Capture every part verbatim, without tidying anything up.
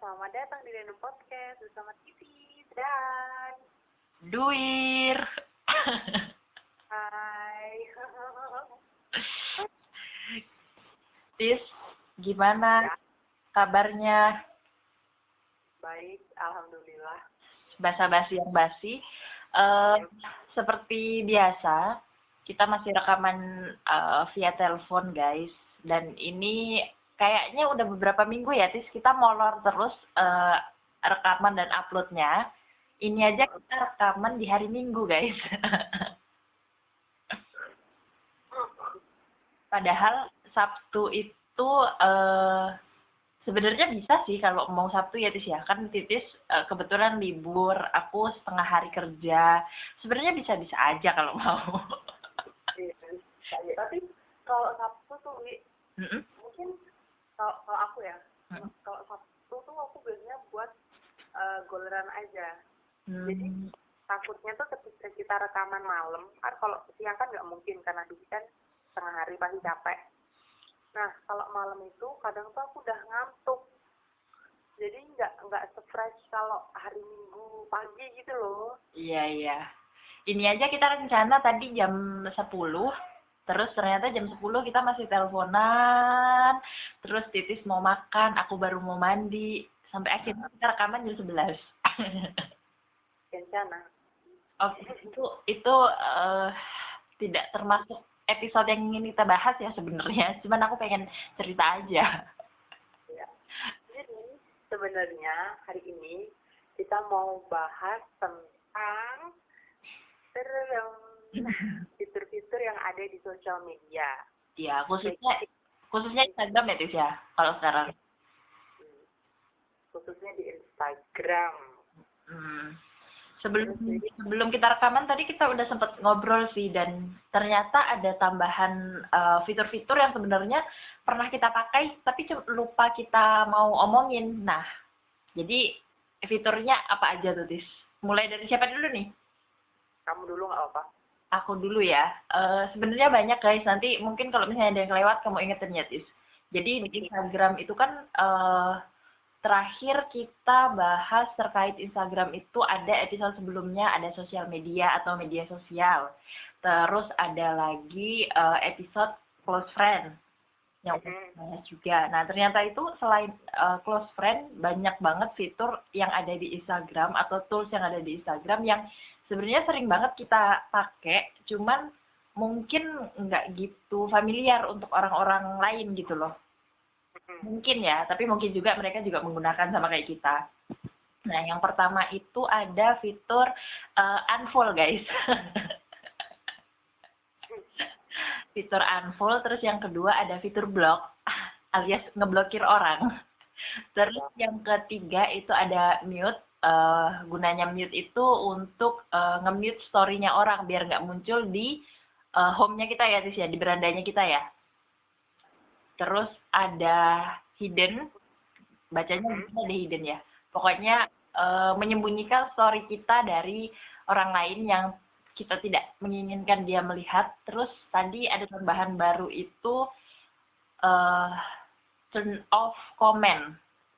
selamat datang di Random Podcast bersama Titis dan Duir. Hai. Tis, gimana Ya, kabarnya? baik, alhamdulillah. Basa-basi yang basi. Eh, seperti biasa, kita masih rekaman eh, via telepon, guys. Dan ini kayaknya udah beberapa minggu ya, Tis. Kita molor terus eh, rekaman dan uploadnya. Ini aja kita rekaman di hari Minggu, guys. Padahal Sabtu itu eh, sebenarnya bisa sih kalau mau Sabtu ya Tis ya. Kan Titis eh, kebetulan libur, aku setengah hari kerja. Sebenarnya bisa-bisa aja kalau mau. Iya, bisa aja. Tapi kalau Sabtu tuh, Wi, Mm-mm. mungkin kalau, kalau aku ya, Mm. kalau Sabtu tuh aku biasanya buat eh, goleran aja. Jadi Hmm. takutnya tuh ketika kita rekaman malam, kan kalau siang kan nggak mungkin karena di kan tengah hari pasti capek. Nah, kalau malam itu kadang tuh aku udah ngantuk. Jadi nggak nggak se-fresh kalau hari Minggu pagi gitu loh. Iya, iya. Ini aja kita rencana tadi jam sepuluh. Terus ternyata jam sepuluh kita masih teleponan. Terus Titis mau makan, aku baru mau mandi. Sampai akhirnya kita rekaman jam sebelas. Kencana. Oke, itu itu eh, tidak termasuk episode yang ingin kita bahas ya sebenarnya. Cuman aku pengen cerita aja. Ya. Jadi sebenarnya hari ini kita mau bahas tentang terem, fitur-fitur yang ada di sosial media. Ya, Baik, khususnya khususnya Instagram ya, Tis ya, kalau sekarang. hmm, khususnya di Instagram. Hmm. Sebelum Terus jadi sebelum kita rekaman tadi kita udah sempat ngobrol sih dan ternyata ada tambahan eh, fitur-fitur yang sebenarnya pernah kita pakai tapi cu- lupa kita mau omongin. Nah, jadi fiturnya apa aja tuh, Tis? Mulai dari siapa dulu nih? kamu dulu nggak apa-apa. Aku dulu ya. Eh, sebenarnya banyak guys. Nanti mungkin kalau misalnya ada yang kelewat kamu ingetin ya, Tis. Jadi di Instagram itu kan eh, terakhir kita bahas terkait Instagram itu ada episode sebelumnya ada sosial media atau media sosial. Terus ada lagi eh, episode close friend yang udah kita bahas juga. Nah, ternyata itu selain eh, close friend banyak banget fitur yang ada di Instagram atau tools yang ada di Instagram yang sebenarnya sering banget kita pakai, cuman mungkin nggak gitu familiar untuk orang-orang lain gitu loh. Mungkin ya, tapi mungkin juga mereka juga menggunakan sama kayak kita. Nah, yang pertama itu ada fitur eh, unfollow, guys. Fitur unfollow, terus yang kedua ada fitur block, alias ngeblokir orang. Terus yang ketiga itu ada mute. Eh, gunanya mute itu untuk eh, nge-mute story-nya orang biar nggak muncul di eh, home-nya kita ya, Tis ya, di berandanya kita ya. Terus ada hidden, bacanya mungkin ada hidden ya. Pokoknya eh, menyembunyikan story kita dari orang lain yang kita tidak menginginkan dia melihat. Terus tadi ada tambahan baru itu eh, turn off comment.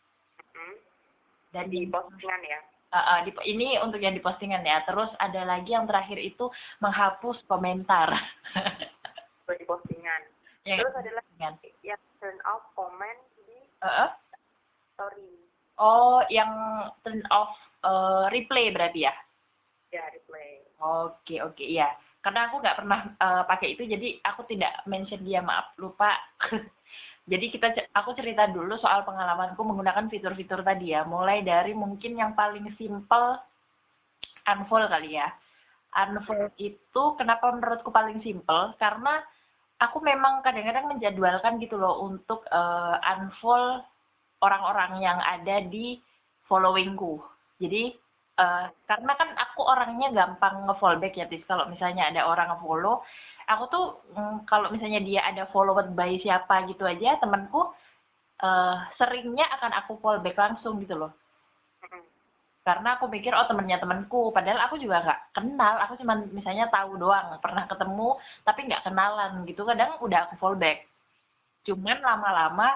Dan Di di, postingan ya. uh, uh, di ini untuk yang di postingan ya. Terus ada lagi yang terakhir itu menghapus komentar. Di postingan. Yang Terus ada postingan. lagi yang turn off comment di Uh, uh. story. Oh, yang turn off uh, replay berarti ya? Ya, replay. Oke, oke, iya. Karena aku nggak pernah uh, pakai itu, jadi aku tidak mention dia, maaf, lupa. Jadi kita, aku cerita dulu soal pengalamanku menggunakan fitur-fitur tadi ya. Mulai dari mungkin yang paling simple, unfollow kali ya. Unfollow itu kenapa menurutku paling simple? Karena aku memang kadang-kadang menjadwalkan gitu loh untuk uh, unfollow orang-orang yang ada di followingku. Jadi uh, karena kan aku orangnya gampang nge-follow back ya, Tis. Kalau misalnya ada orang nge-follow, aku tuh mm, kalau misalnya dia ada followed by siapa gitu aja, temanku uh, seringnya akan aku follow back langsung gitu loh. Karena aku pikir oh temennya temanku, padahal aku juga nggak kenal, aku cuma misalnya tahu doang, pernah ketemu tapi nggak kenalan gitu, kadang udah aku follow back. Cuman lama-lama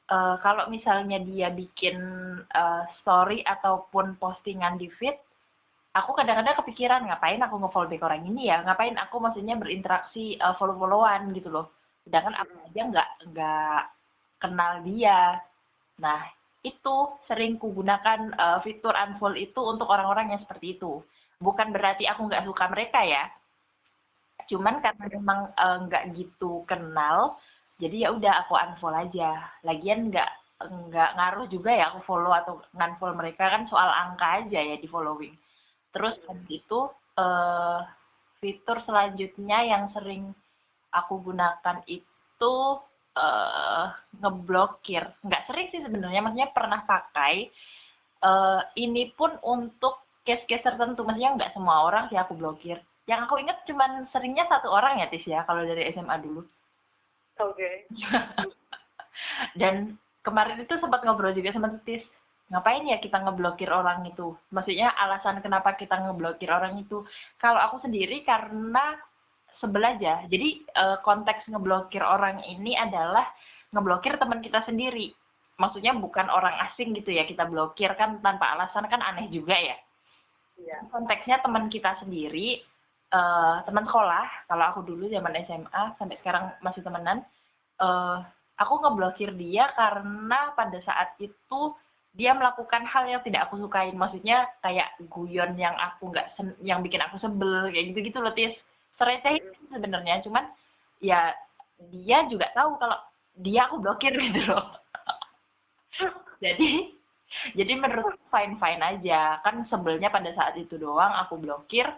uh, kalau misalnya dia bikin uh, story ataupun postingan di feed, aku kadang-kadang kepikiran ngapain aku nge-follow back orang ini ya, ngapain aku maksudnya berinteraksi uh, follow-followan gitu loh. Sedangkan aku aja nggak nggak kenal dia. Nah, itu sering kugunakan uh, fitur unfollow itu untuk orang-orang yang seperti itu. Bukan berarti aku nggak suka mereka ya. Cuman karena memang uh, nggak gitu kenal, jadi ya udah aku unfollow aja. Lagian nggak nggak ngaruh juga ya aku follow atau unfollow mereka, kan soal angka aja ya di following. Terus habis itu uh, fitur selanjutnya yang sering aku gunakan itu uh, ngeblokir. Nggak sering sih sebenarnya, maksudnya pernah pakai. Uh, ini pun untuk case-case tertentu, maksudnya nggak semua orang sih aku blokir. Yang aku ingat cuman seringnya satu orang ya, Tis ya, kalau dari S M A dulu. Oke. Dan kemarin itu sempat ngobrol juga sama Tis, ngapain ya kita ngeblokir orang itu? Maksudnya alasan kenapa kita ngeblokir orang itu. Kalau aku sendiri karena sebel aja. Jadi uh, konteks ngeblokir orang ini adalah ngeblokir teman kita sendiri. Maksudnya bukan orang asing gitu ya, kita blokir kan tanpa alasan, kan aneh juga ya. Iya. Konteksnya teman kita sendiri, uh, teman sekolah, kalau aku dulu zaman S M A sampai sekarang masih temenan, uh, aku ngeblokir dia karena pada saat itu dia melakukan hal yang tidak aku sukain. Maksudnya kayak guyon yang aku nggak yang bikin aku sebel, kayak gitu-gitu loh, Tis. Sereceh itu sebenarnya, cuman ya dia juga tahu kalau dia aku blokir gitu loh. jadi jadi menurut fine fine aja, kan sebelnya pada saat itu doang aku blokir.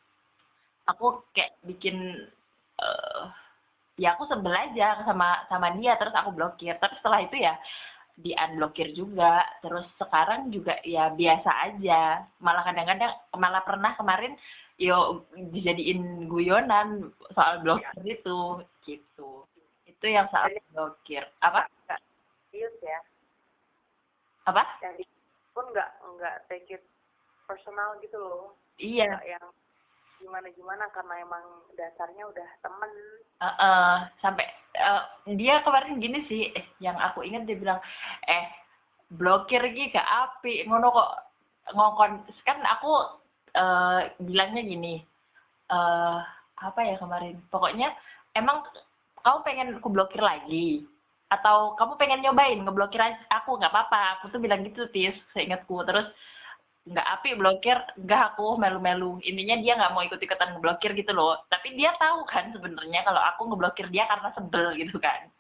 Aku kayak bikin uh, ya aku sebel aja sama sama dia, terus aku blokir. Tapi setelah itu ya di unblokir juga. Terus sekarang juga ya biasa aja, malah kadang-kadang malah pernah kemarin yo dijadiin guyonan soal blokir itu gitu. Itu yang soal blokir. Apa Serius ya, apa yang di pun nggak nggak take it personal gitu loh. iya Nggak yang gimana-gimana, karena emang dasarnya udah temen. uh, uh, sampai uh, dia kemarin gini sih, eh, yang aku ingat dia bilang, eh blokir iki gak apik ngono kok, ngokon kan aku uh, bilangnya gini, uh, apa ya kemarin, pokoknya emang kamu pengen aku blokir lagi atau kamu pengen nyobain ngeblokir aja aku, nggak apa-apa, aku tuh bilang gitu, Tis, seingatku. Terus nggak apik blokir, nggak, aku melu-melu, intinya dia nggak mau ikut-ikutan ngeblokir gitu loh, tapi dia tahu kan sebenarnya kalau aku ngeblokir dia karena sebel gitu kan.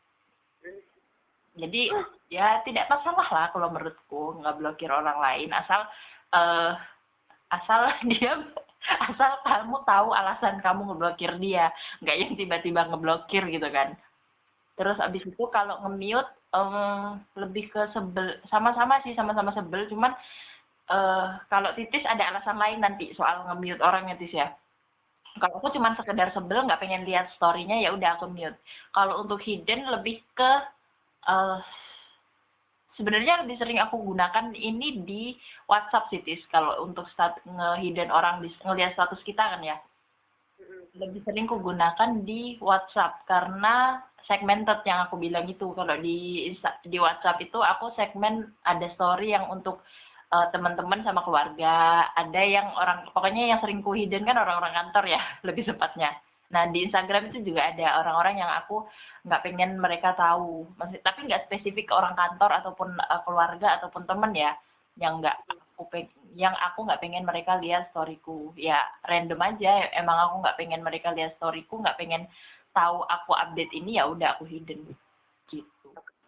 Jadi ya tidak masalah lah kalau menurutku nggak blokir orang lain, asal uh, asal dia asal kamu tahu alasan kamu ngeblokir dia, nggak yang tiba-tiba ngeblokir gitu kan. Terus abis itu kalau nge-mute um, lebih ke sebel, sama-sama sih, sama-sama sebel, cuman uh, kalau Titis ada alasan lain nanti soal nge-mute orangnya, Tis ya. Kalau aku cuma sekedar sebel nggak pengen lihat story-nya, ya udah aku mute. Kalau untuk hidden lebih ke uh, sebenarnya lebih sering aku gunakan ini di WhatsApp sih, Tis. Kalau untuk stat nge-hidden orang, ngelihat status kita kan ya. Lebih sering aku gunakan di WhatsApp karena segmented yang aku bilang itu. Kalau di di WhatsApp itu aku segmen, ada story yang untuk uh, teman-teman sama keluarga, ada yang orang, pokoknya yang sering ku hidden kan orang-orang kantor ya, lebih tepatnya. Nah, di Instagram itu juga ada orang-orang yang aku nggak pengen mereka tahu. Maksud, tapi nggak spesifik ke orang kantor ataupun uh, keluarga ataupun teman ya, yang nggak aku peng yang aku nggak pengen mereka lihat storyku. Ya random aja, emang aku nggak pengen mereka lihat storyku, nggak pengen tahu aku update ini, ya udah aku hidden gitu.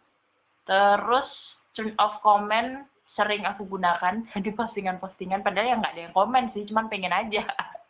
Terus turn off comment sering aku gunakan di postingan-postingan, padahal yang nggak ada yang komen sih, cuman pengen aja.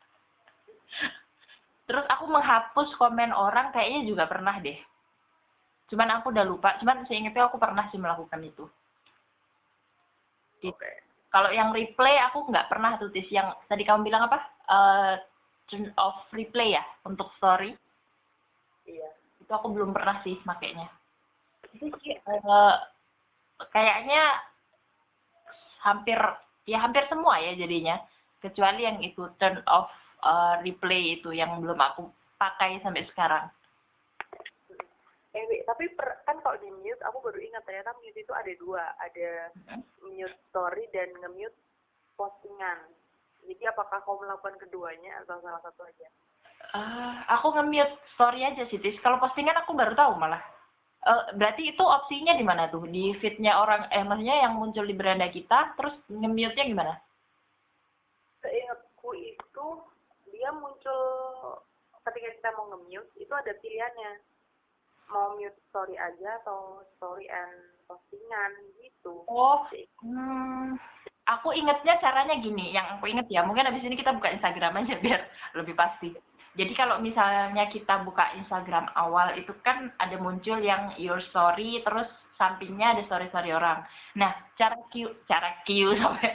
Terus aku menghapus komen orang kayaknya juga pernah deh. Cuman aku udah lupa, cuman seingatnya aku pernah sih melakukan itu. Oke. Okay. Kalau yang replay aku nggak pernah tuh, Tis. Yang tadi kamu bilang apa? Uh, turn off replay ya untuk story. Iya. Itu aku belum pernah sih makainya. Itu sih uh, kayaknya hampir ya hampir semua ya jadinya. Kecuali yang itu turn off uh, replay itu yang belum aku pakai sampai sekarang. Eh, wait, tapi per, kan kalau di mute aku baru ingat ternyata mute itu ada dua, ada mute story dan nge-mute postingan. Jadi apakah kau melakukan keduanya atau salah satu aja? Uh, aku nge-mute story aja sih, Tis. Kalau postingan aku baru tahu malah. Uh, berarti itu opsinya di mana tuh? Di feed-nya orang, eh maksudnya yang muncul di beranda kita, terus nge-mute-nya gimana? Seingatku itu dia muncul ketika kita mau nge-mute, itu ada pilihannya. Mau mute story aja atau story and postingan gitu. Oh, hmm, aku ingetnya caranya gini, yang aku inget ya, mungkin habis ini kita buka Instagram aja biar lebih pasti. Jadi kalau misalnya kita buka Instagram awal itu kan ada muncul yang your story, terus sampingnya ada story-story orang. Nah, cara Q, cara Q sampai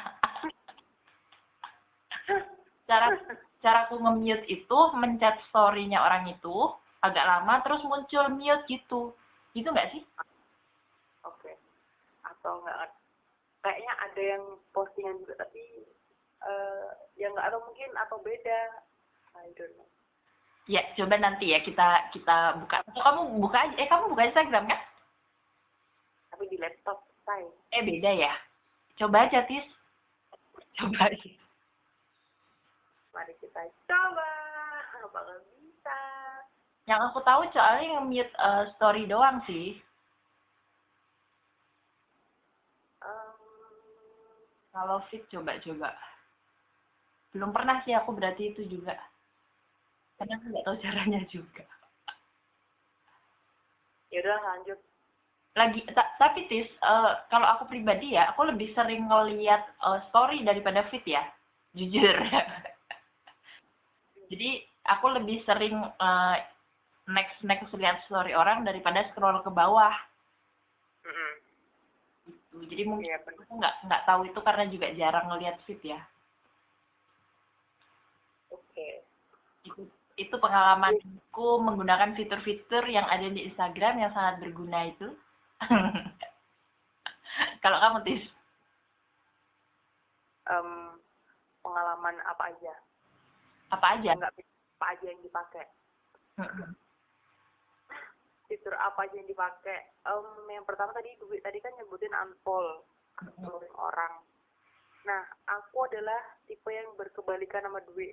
cara cara aku nge-mute itu mencet story-nya orang itu agak lama terus muncul mute gitu. Gitu nggak sih? Oke. Okay. Atau enggak, kayaknya ada yang postingan juga tapi uh, yang nggak atau mungkin atau beda. I don't know. Ya, coba nanti ya kita kita buka. Atau kamu buka aja. Eh, kamu buka Instagram kan? Tapi di laptop saya. Eh, beda ya. Coba aja, Tis. Coba aja. Mari kita coba. Apakah bisa? Yang aku tahu soalnya nge-mute uh, story doang sih. Um, Kalau feed coba-coba. Belum pernah sih aku berarti itu juga. Karena aku nggak tahu caranya juga. ya udah lanjut. Lagi ta- tapi Tis, uh, kalau aku pribadi ya, aku lebih sering ngeliat uh, story daripada feed ya. Jujur. Jadi aku lebih sering uh, next next lihat story orang daripada scroll ke bawah. Mm-hmm. Gitu. Jadi mungkin Ya, aku nggak nggak tahu itu karena juga jarang ngeliat feed ya. Oke. Okay. Itu itu pengalamanku menggunakan fitur-fitur yang ada di Instagram yang sangat berguna itu. Kalau kamu Tis? Um, pengalaman apa aja? Apa aja? Enggak, apa aja yang dipakai? Mm-mm. Fitur apa aja yang dipakai? Um, yang pertama tadi duit tadi kan nyebutin unfollow unfollowing orang. Nah, aku adalah tipe yang berkebalikan sama duit.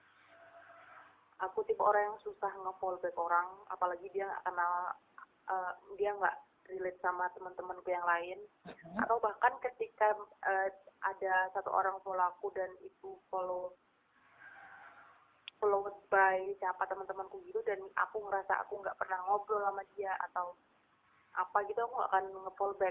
Aku tipe orang yang susah nge-follow back orang, apalagi dia nggak kenal, uh, dia nggak relate sama teman-temanku yang lain. Mm-mm. Atau bahkan ketika uh, ada satu orang follow aku dan itu follow followed by siapa teman-temanku gitu dan aku ngerasa aku nggak pernah ngobrol sama dia atau apa gitu, aku nggak akan nge-follow back.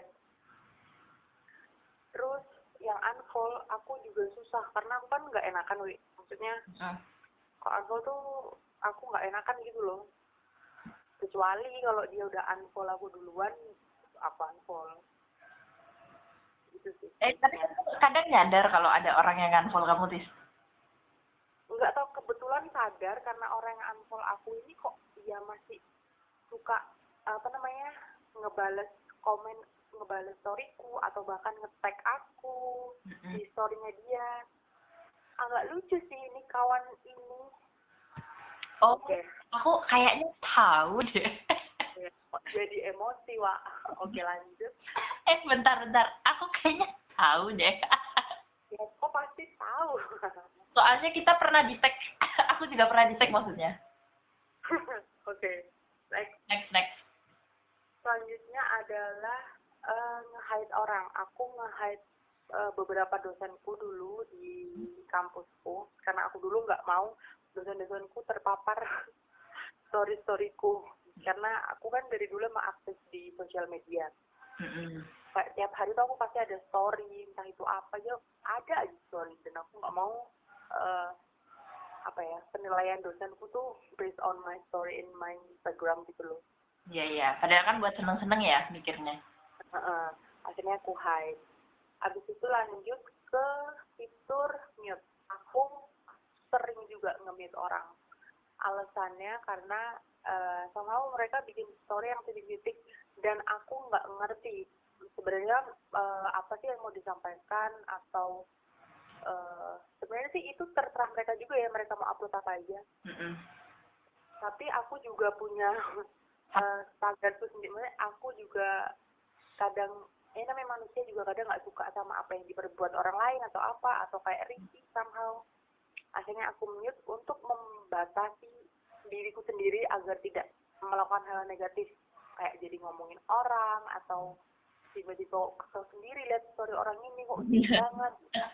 Terus yang unfollow aku juga susah karena aku kan nggak enakan, wi. Maksudnya Mm-mm. kalau unfollow tuh aku nggak enakan gitu loh. Kecuali kalau dia udah unfollow aku duluan, aku unfollow. Gitu sih. Eh, tapi kamu kadang nyadar kalau ada orang yang unfollow kamu Tis? Nggak tahu, kebetulan sadar karena orang yang unfollow aku ini kok dia masih suka apa namanya ngebales komen, ngebales storyku atau bahkan nge-tag aku Mm-mm. di storynya dia. Agak lucu sih ini kawan ini. Oh, Oke. aku kayaknya tahu deh. Ya, jadi emosi, Wak. Oke, lanjut. Eh, bentar-bentar. Aku kayaknya tahu deh. Ya, kok pasti tahu. Soalnya kita pernah di-tag. Aku juga pernah di-tag maksudnya. Oke, next. Next, next. Selanjutnya adalah uh, nge-hide orang. Aku nge-hide uh, beberapa dosenku dulu di kampusku karena aku dulu nggak mau dosen-dosenku terpapar story-storyku karena aku kan dari dulu emang aktif di sosial media. Mm-mm. Kayak tiap hari tuh aku pasti ada story, entah itu apa aja ada aja story, dan aku nggak mau uh, apa ya penilaian dosenku tuh based on my story in my Instagram gitu loh. Iya, iya. Padahal kan buat seneng-seneng ya mikirnya. Uh, akhirnya aku hide. Abis itu lanjut ke fitur mute. Aku sering juga nge-mute orang. Alasannya karena uh, somehow mereka bikin story yang titik-titik dan aku nggak ngerti sebenarnya uh, apa sih yang mau disampaikan, atau uh, sebenarnya sih itu terserah mereka juga ya, mereka mau upload apa aja. Mm-mm. Tapi aku juga punya uh, tagarku sendiri, maksudnya aku juga kadang, eh namanya manusia juga kadang nggak suka sama apa yang diperbuat orang lain atau apa, atau kayak risih somehow. Akhirnya aku mute untuk membatasi diriku sendiri agar tidak melakukan hal negatif, kayak jadi ngomongin orang atau tiba-tiba kesel sendiri lihat story orang ini kok gini banget.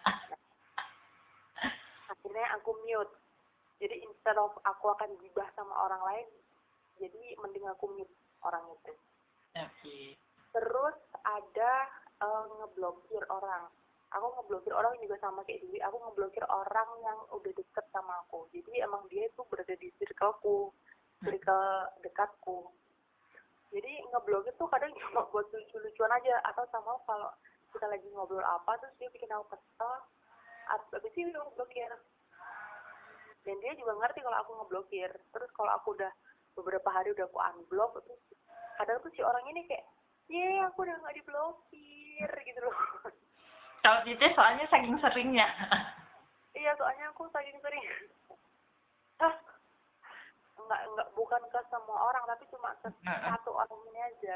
Akhirnya aku mute. Jadi instead of aku akan gibah sama orang lain, jadi mending aku mute orang itu. Oke. Terus ada uh, ngeblokir orang. Aku ngeblokir orang juga sama kayak Dewi. Aku ngeblokir orang yang udah deket sama aku. Jadi emang dia itu berada di circleku, circle dekatku. Jadi ngeblokir tuh kadang cuma buat lucu-lucuan aja, atau sama kalau kita lagi ngobrol apa terus dia bikin aku kesel, habis itu dia ngeblokir. Dan dia juga ngerti kalau aku ngeblokir. Terus kalau aku udah beberapa hari udah aku unblock, terus kadang tuh si orang ini kayak, ye aku udah nggak diblokir gitu loh. Kalau Titis soalnya saking seringnya. Iya, soalnya aku saking sering. Hah, nggak nggak bukan ke semua orang tapi cuma ke satu orang ini aja.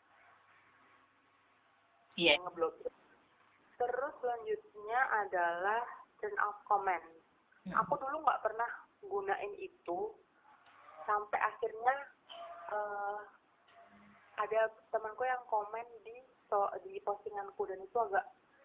Iya. Yang ngeblokir. Terus selanjutnya adalah turn off comment. Hmm. Aku dulu nggak pernah gunain itu sampai akhirnya uh, ada temanku yang komen di so, di postinganku dan itu agak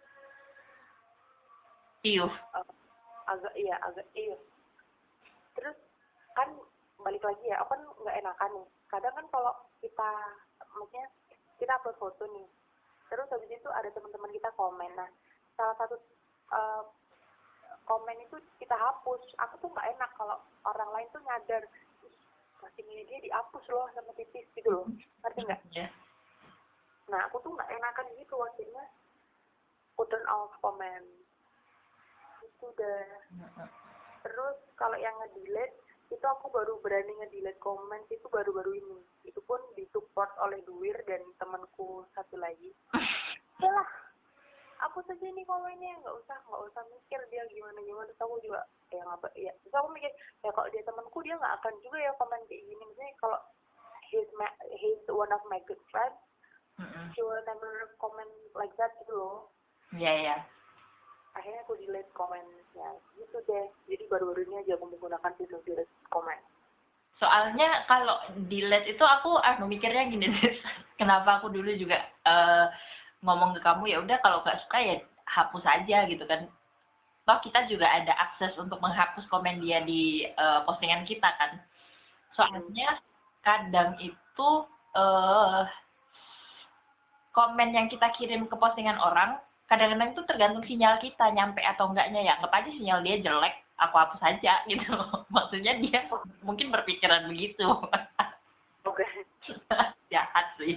Iya. Uh, agak iya agak iya. Terus kan balik lagi ya, aku kan nggak enakan nih. Kadang kan kalau kita, maksudnya kita upload foto nih, terus habis itu ada teman-teman kita komen. Nah, salah satu uh, komen itu kita hapus. Aku tuh nggak enak kalau orang lain tuh nyadar, postingan dia dihapus loh sama Titis gitu loh, ngerti nggak? Yeah. Nah, aku tuh nggak enakan gitu, akhirnya aku turn off comment. Itu deh. Terus kalau yang nge-delete itu aku baru berani nge-delete komen itu baru-baru ini. Itu pun disupport oleh Duwir dan temanku satu lagi. Yalah, aku saja nih komennya, nggak usah nggak usah mikir dia gimana gimana. Terus aku juga ya ngapa ya. Terus aku mikir ya kalau dia temanku dia nggak akan juga ya komen kayak gini. Misalnya kalau he's my, he's one of my good friends, mm-hmm. She will never comment like that gitu loh. Iya yeah, iya. Yeah. Akhirnya aku delete komennya gitu deh. Jadi baru-baru ini aja aku menggunakan fitur delete komen. Soalnya kalau delete itu aku aku mikirnya gini deh. Kenapa aku dulu juga uh, ngomong ke kamu ya udah kalau nggak suka ya hapus aja gitu kan. Toh kita juga ada akses untuk menghapus komen dia di uh, postingan kita kan. Soalnya kadang itu uh, komen yang kita kirim ke postingan orang kadang-kadang itu tergantung sinyal kita nyampe atau enggaknya ya. Anggap aja sinyal dia jelek, aku hapus aja gitu. Maksudnya dia oh. mungkin berpikiran begitu. Oke. Okay. Jahat sih.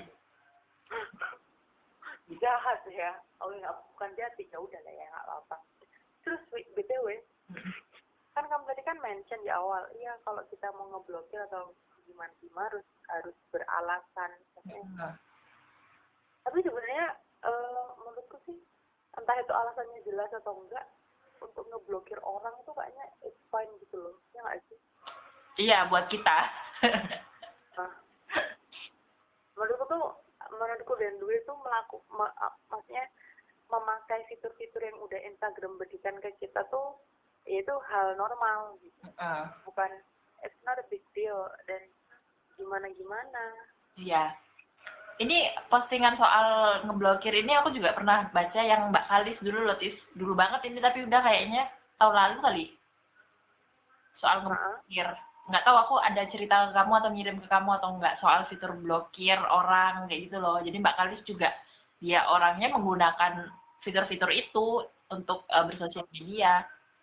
Jahat ya. Oh ya, bukan jahat sih, ya udah lah ya, nggak apa-apa. Terus B T W, kan kamu tadi kan mention di awal, iya kalau kita mau ngeblokir atau gimana-gimana harus harus beralasan. Hmm. Tapi sebenarnya uh, menurutku sih entah itu alasannya jelas atau enggak, untuk ngeblokir orang itu kayaknya it's fine gitu loh, ya nggak sih? Iya, buat kita. Nah, menurutku tuh, menurutku dan Dwi tuh melaku, ma, maksudnya memakai fitur-fitur yang udah Instagram berikan ke kita tuh, ya itu hal normal gitu. Uh. Bukan, it's not a big deal dan gimana-gimana. Iya. Ini postingan soal ngeblokir ini aku juga pernah baca yang Mbak Kalis dulu loh, Tis. Dulu banget ini, tapi udah kayaknya tahun lalu kali. Soal ngeblokir. Nggak tahu aku ada cerita ke kamu atau ngirim ke kamu atau enggak soal fitur blokir orang kayak gitu loh. Jadi Mbak Kalis juga dia orangnya menggunakan fitur-fitur itu untuk uh, bersosial media.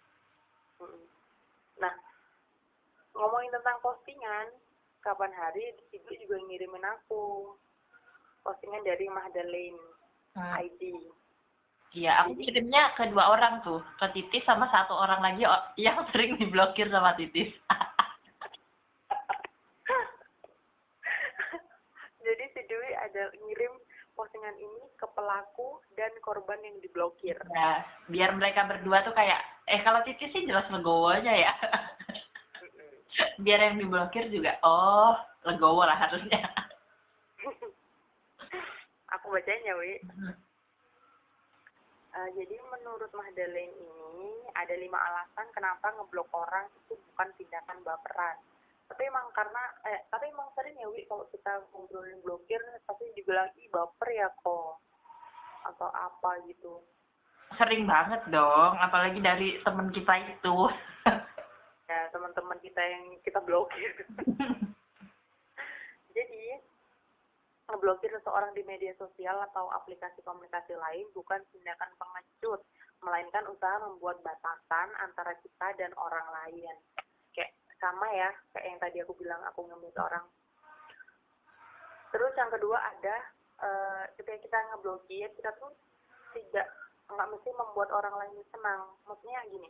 Nah, ngomongin tentang postingan, kapan hari Ibu juga ngirimin aku postingan dari Mahdalene hmm. I D. Iya, aku kirimnya ke dua orang tuh, ke Titis sama satu orang lagi yang sering diblokir sama Titis. Jadi si Dewi ada ngirim postingan ini ke pelaku dan korban yang diblokir. Ya, biar mereka berdua tuh kayak, eh kalau Titis sih jelas legowo aja ya. Biar yang diblokir juga, oh legowo lah harusnya. bacain ya, Wi. Mhm. Uh, jadi menurut Mahdalene ini ada lima alasan kenapa ngeblok orang itu bukan tindakan baperan. Tapi emang karena, eh, tapi emang sering ya Wi kalau kita ngobrolin blokir, tapi dibilang ih baper ya kok atau apa gitu. Sering banget dong, apalagi dari temen kita itu. Ya teman-teman kita yang kita blokir. Jadi ngeblokir seseorang di media sosial atau aplikasi komunikasi lain bukan tindakan pengecut, melainkan usaha membuat batasan antara kita dan orang lain. Kayak sama ya, kayak yang tadi aku bilang aku nge-mute orang. Terus yang kedua ada, uh, ketika kita ngeblokir, kita tuh tidak, nggak mesti membuat orang lain senang. Maksudnya gini,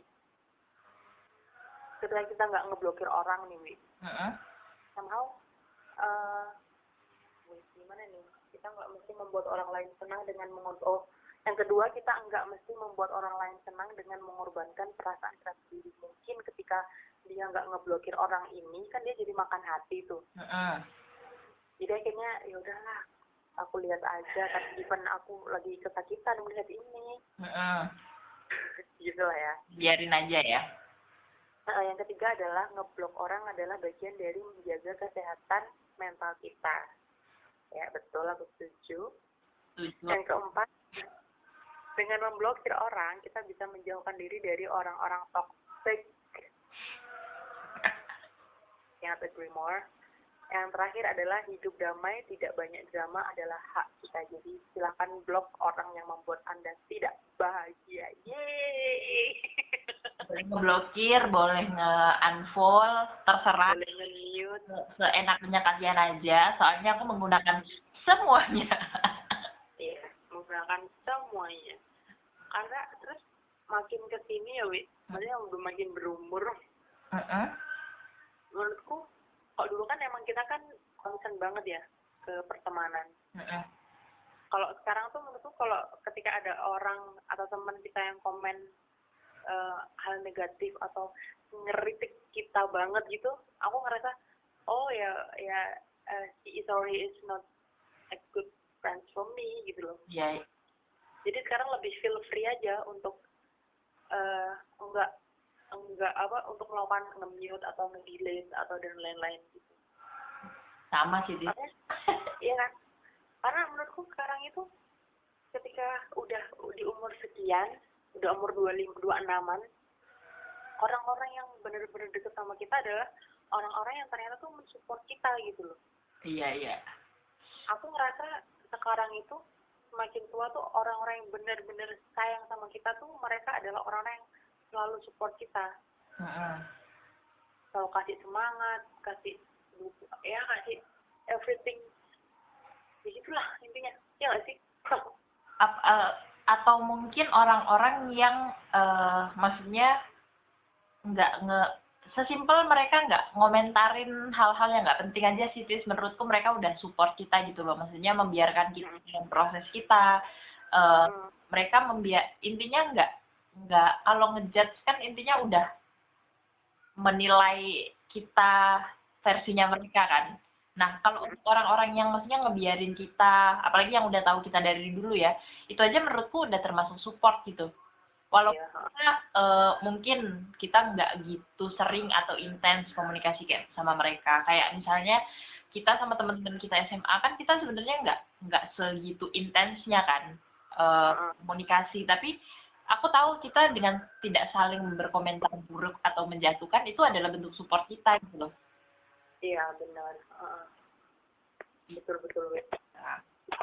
ketika kita nggak ngeblokir orang nih, Wi, Uh-uh. somehow, uh, gimana nih, kita nggak mesti membuat orang lain senang dengan mengorbankan, oh yang kedua kita nggak mesti membuat orang lain senang dengan mengorbankan perasaan kita sendiri. Mungkin ketika dia nggak ngeblokir orang ini kan dia jadi makan hati tuh. Uh-uh. Jadi akhirnya ya udahlah, aku lihat aja kan, even aku lagi kesakitan melihat ini. Uh-uh. Gitu lah ya, biarin aja ya. Nah, yang ketiga adalah ngeblok orang adalah bagian dari menjaga kesehatan mental kita. Ya betul, aku setuju. Setuju. Yang keempat, dengan memblokir orang, kita bisa menjauhkan diri dari orang-orang toxic. Yang agree more. Yang terakhir adalah hidup damai, tidak banyak drama adalah hak kita. Jadi silakan blok orang yang membuat Anda tidak bahagia. Yeay! Boleh ngeblokir, boleh nge-unfollow, terserah. Boleh nge-mute. Seenaknya kalian aja, soalnya aku menggunakan semuanya. Iya, menggunakan semuanya. Karena terus makin kesini ya, Wi, maksudnya udah makin berumur. Uh-uh. Menurutku, kalau dulu kan emang kita kan concern banget ya ke pertemanan. Uh-uh. Kalau sekarang tuh menurutku kalau ketika ada orang atau teman kita yang komen uh, hal negatif atau ngeritik kita banget gitu, aku ngerasa oh ya ya uh, he is sorry is not a good friend for me gitu loh. Iya. Yeah. Jadi sekarang lebih feel free aja untuk uh, enggak enggak apa untuk melakukan nge-mute atau nge-delete atau dan lain-lain gitu. Sama sih, Dis. Iya kan? Karena menurutku sekarang itu ketika udah di umur sekian, udah umur dua puluh lima, dua puluh enaman, orang-orang yang benar-benar deket sama kita adalah orang-orang yang ternyata tuh mensupport kita gitu loh. Iya, iya. Aku ngerasa sekarang itu semakin tua tuh orang-orang yang benar-benar sayang sama kita tuh mereka adalah orang-orang yang selalu support kita. Uh-uh. Selalu kasih semangat, kasih ya kasih everything. Begitulah intinya. Ya nggak sih? Ap- uh, atau mungkin orang-orang yang uh, maksudnya nggak nge sesimpel mereka nggak ngomentarin hal-hal yang nggak penting aja sih, Tis. Menurutku mereka udah support kita gitu loh, maksudnya membiarkan kita dalam proses kita. Uh, hmm. Mereka membiar intinya nggak nggak kalau ngejudge kan intinya udah menilai kita versinya mereka kan. Nah, kalau untuk orang-orang yang maksudnya ngebiarin kita, apalagi yang udah tahu kita dari dulu ya, itu aja menurutku udah termasuk support gitu. Walaupun Yeah. kita, uh, mungkin kita nggak gitu sering atau intens komunikasi kayak sama mereka. Kayak misalnya kita sama teman-teman kita S M A kan kita sebenarnya nggak nggak segitu intensnya kan uh, komunikasi. Tapi aku tahu kita dengan tidak saling berkomentar buruk atau menjatuhkan itu adalah bentuk support kita gitu loh. Iya benar. Uh, betul betul. Nah,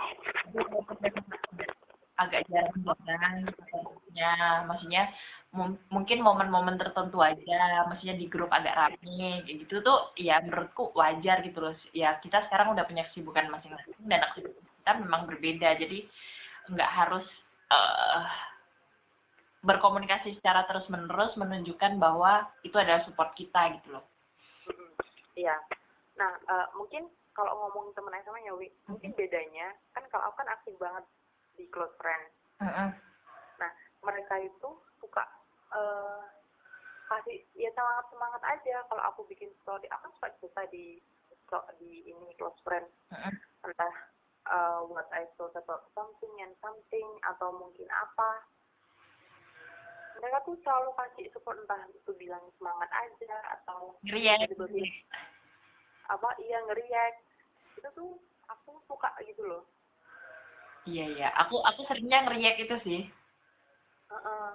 agak jarang jarang maksudnya maksudnya mungkin momen-momen tertentu aja, maksudnya di grup agak rame kayak gitu tuh ya menurutku wajar gitu loh. Ya kita sekarang udah punya kesibukan masing-masing dan aktivitas kita memang berbeda, jadi nggak harus uh, berkomunikasi secara terus-menerus menunjukkan bahwa itu adalah support kita gitu loh. Iya. Nah, uh, mungkin kalau ngomongin temen S M A ya, Wi, mm-hmm. mungkin bedanya kan kalau aku kan aktif banget di close friend. Uh-uh. Nah, mereka itu suka uh, kasih ya semangat semangat aja kalau aku bikin story. Aku suka cerita di di ini close friend. Uh-uh. Entah uh, what I thought about something and something atau mungkin apa, mereka tuh selalu kasih support, entah itu bilang semangat aja atau Ngeriak. tiba-tiba bilang apa iya ngeriak, itu tuh aku suka gitu loh. Iya iya, aku aku seringnya ngeriak itu sih. Uh-uh.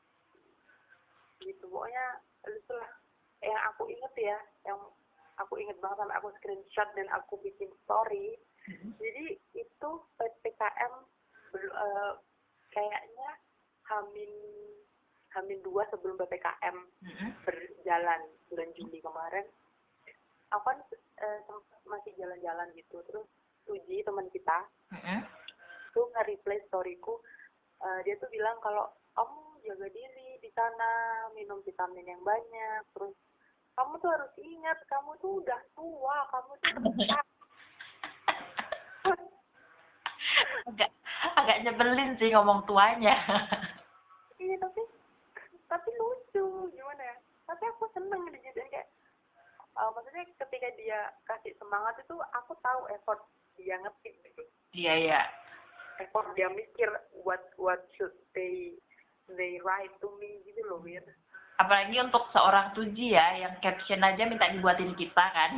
Gitu pokoknya itu lah yang aku inget ya, yang aku inget banget sampai aku screenshot dan aku bikin story. Mm-hmm. Jadi itu P P K M bel- uh, kayaknya hamin hamin dua sebelum P P K M Mm-hmm. berjalan bulan Juli kemarin. Aku kan uh, masih jalan-jalan gitu, terus Suji teman kita Mm-hmm. tuh nge-replay storyku. Uh, dia tuh bilang kalau kamu jaga diri di sana, minum vitamin yang banyak, terus kamu tuh harus ingat kamu tuh udah tua, kamu tuh besar. agak agak nyebelin sih ngomong tuanya. Iya tapi tapi lucu gimana ya, tapi aku seneng dijadiin kayak uh, maksudnya ketika dia kasih semangat itu aku tahu effort dia ngetik gitu. Iya iya. Effort dia mikir what what should they they write to me gitu loh, Wir. Apalagi untuk seorang Suji ya, yang caption aja minta dibuatin kita kan.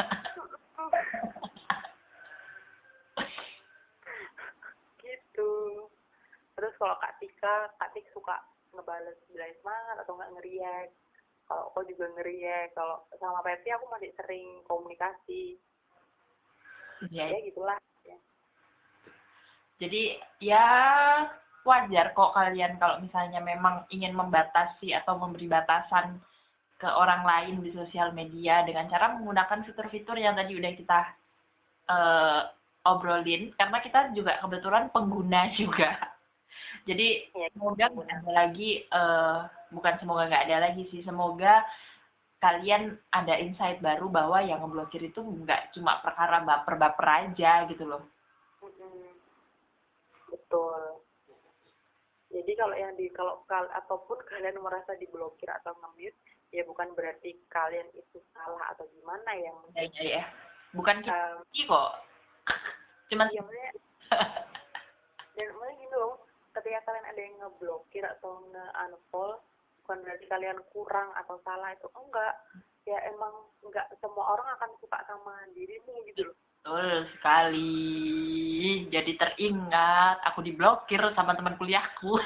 Gitu. Terus kalau Kak Tika, Kak Tika suka ngebales bilang semangat atau nggak ngeriak. Kalau aku juga ngeriak. Kalau sama Pepi aku masih sering komunikasi. Iya. Ya gitulah. Ya. Jadi ya wajar kok kalian kalau misalnya memang ingin membatasi atau memberi batasan ke orang lain di sosial media dengan cara menggunakan fitur-fitur yang tadi udah kita uh, obrolin, karena kita juga kebetulan pengguna juga. Jadi Ya, semoga nggak ada lagi, uh, bukan semoga nggak ada lagi sih, semoga kalian ada insight baru bahwa yang ngeblokir itu nggak cuma perkara baper-baper aja gitu loh. mm-mm. Betul. Jadi kalau yang di kalau kal ataupun kalian merasa diblokir atau nge-mute, ya bukan berarti kalian itu salah atau gimana yang Ya, ya, ya. Bukan kita um, kok. Cuman ya maksudnya dan maksudnya gitu loh, ketika kalian ada yang ngeblokir atau nge-unfollow, bukan berarti kalian kurang atau salah, itu enggak. Ya emang enggak semua orang akan suka sama dirimu gitu loh. betul sekali. Jadi teringat aku diblokir sama teman kuliahku.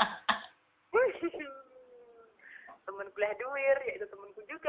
Temen kuliah duir, yaitu temenku juga.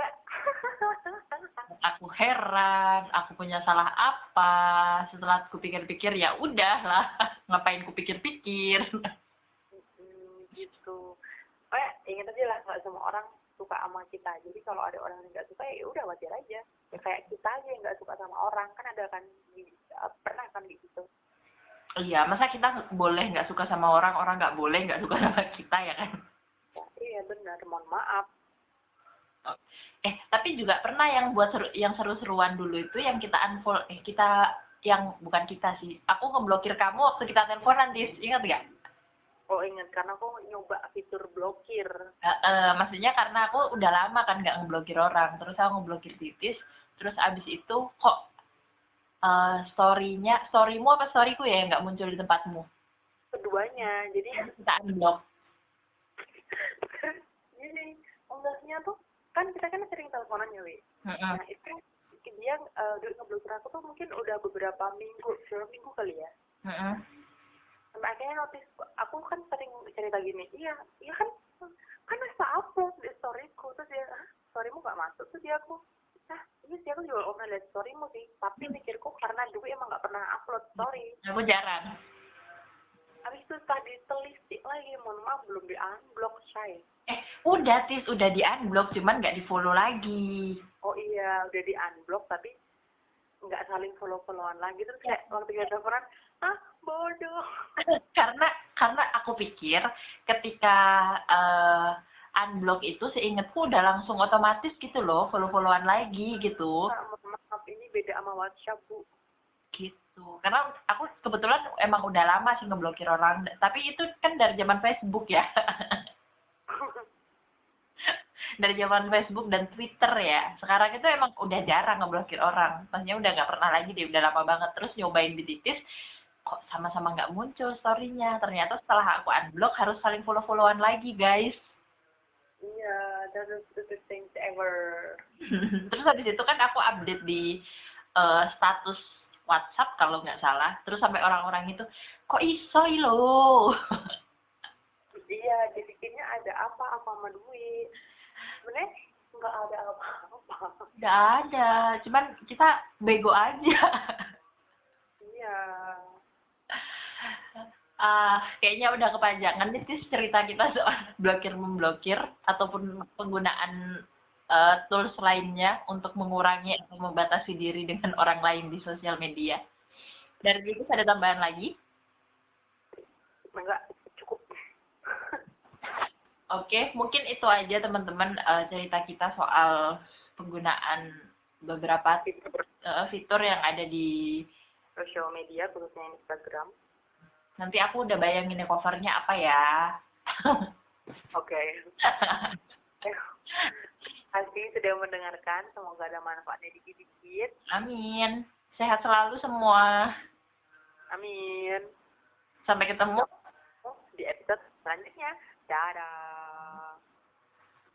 Aku heran, aku punya salah apa? Setelah aku pikir-pikir ya udahlah, ngapain ku pikir-pikir. Hmm, gitu. Kayak ingat aja lah, nggak semua orang suka sama kita. Jadi kalau ada orang yang nggak suka ya udah wajar aja. Ya kayak kita aja yang nggak suka sama orang, kan ada kan pernah kan gitu. Iya, masa kita boleh nggak suka sama orang, orang nggak boleh nggak suka sama kita ya kan? Ya, iya benar, mohon maaf. Eh, tapi juga pernah yang buat seru, yang seru-seruan dulu itu yang kita unfollow, eh kita yang bukan kita sih. Aku ngeblokir kamu waktu kita teleponan, Tis. Ingat nggak? Oh ingat, karena aku nyoba fitur blokir. Uh, uh, maksudnya karena aku udah lama kan nggak ngeblokir orang, terus aku ngeblokir Titis, terus abis itu kok uh, story-nya, story-mu apa story-ku ya yang nggak muncul di tempatmu? Keduanya, jadi Kita unblock. gini, enggaknya tuh kan kita kan sering teleponan ya, Wi. Uh-uh. Nah itu dia uh, ngeblokir aku tuh mungkin udah beberapa minggu, beberapa minggu kali ya. Uh-uh. Sampai akhirnya notice, aku kan sering cerita gini, iya, iya kan, kan masa upload di storyku, terus dia, ah, storymu gak masuk, terus dia aku, nah, iya sih aku juga pernah lihat storymu sih, tapi mikirku karena dulu emang gak pernah upload story. Aku jarang. Habis itu tadi telisik lagi, mohon maaf belum di unblock, say. Eh, udah Tis, udah di unblock, cuman nggak di follow lagi. Oh iya, udah di unblock, tapi nggak saling follow-followan lagi, terus kayak waktu kita teleponan, ah bodoh. karena karena aku pikir ketika uh, unblock itu seingatku udah langsung otomatis gitu loh, follow-followan lagi gitu. Nah, maaf, ini beda sama WhatsApp, Bu. Gitu. Karena aku kebetulan emang udah lama sih ngeblokir orang, tapi itu kan dari zaman Facebook ya. dari zaman Facebook dan Twitter ya. Sekarang itu emang udah jarang ngeblokir orang. Maksudnya udah nggak pernah lagi deh, udah lama banget. Terus nyobain di Titis, kok sama-sama nggak muncul story-nya. Ternyata setelah aku unblock harus saling follow-followan lagi, guys. Iya, that's the stupid things ever. Terus habis itu kan aku update di uh, status WhatsApp kalau nggak salah. Terus sampai orang-orang itu, kok iso lo? Iya, dibikinnya ada apa apa sama duit. Sebenarnya nggak ada apa-apa. Nggak ada, cuman kita bego aja. Iya. Ah, kayaknya udah kepanjangan nih Tis, cerita kita soal blokir memblokir ataupun penggunaan uh, tools lainnya untuk mengurangi atau membatasi diri dengan orang lain di sosial media. Dari itu ada tambahan lagi? Enggak, cukup. Oke, mungkin itu aja teman-teman uh, cerita kita soal penggunaan beberapa uh, fitur yang ada di Sosial media, khususnya Instagram. Nanti aku udah bayangin ya covernya apa ya. Oke. Pasti sudah mendengarkan, semoga ada manfaatnya dikit-dikit. Amin. Sehat selalu semua. Amin. Sampai ketemu di episode selanjutnya. Dadah.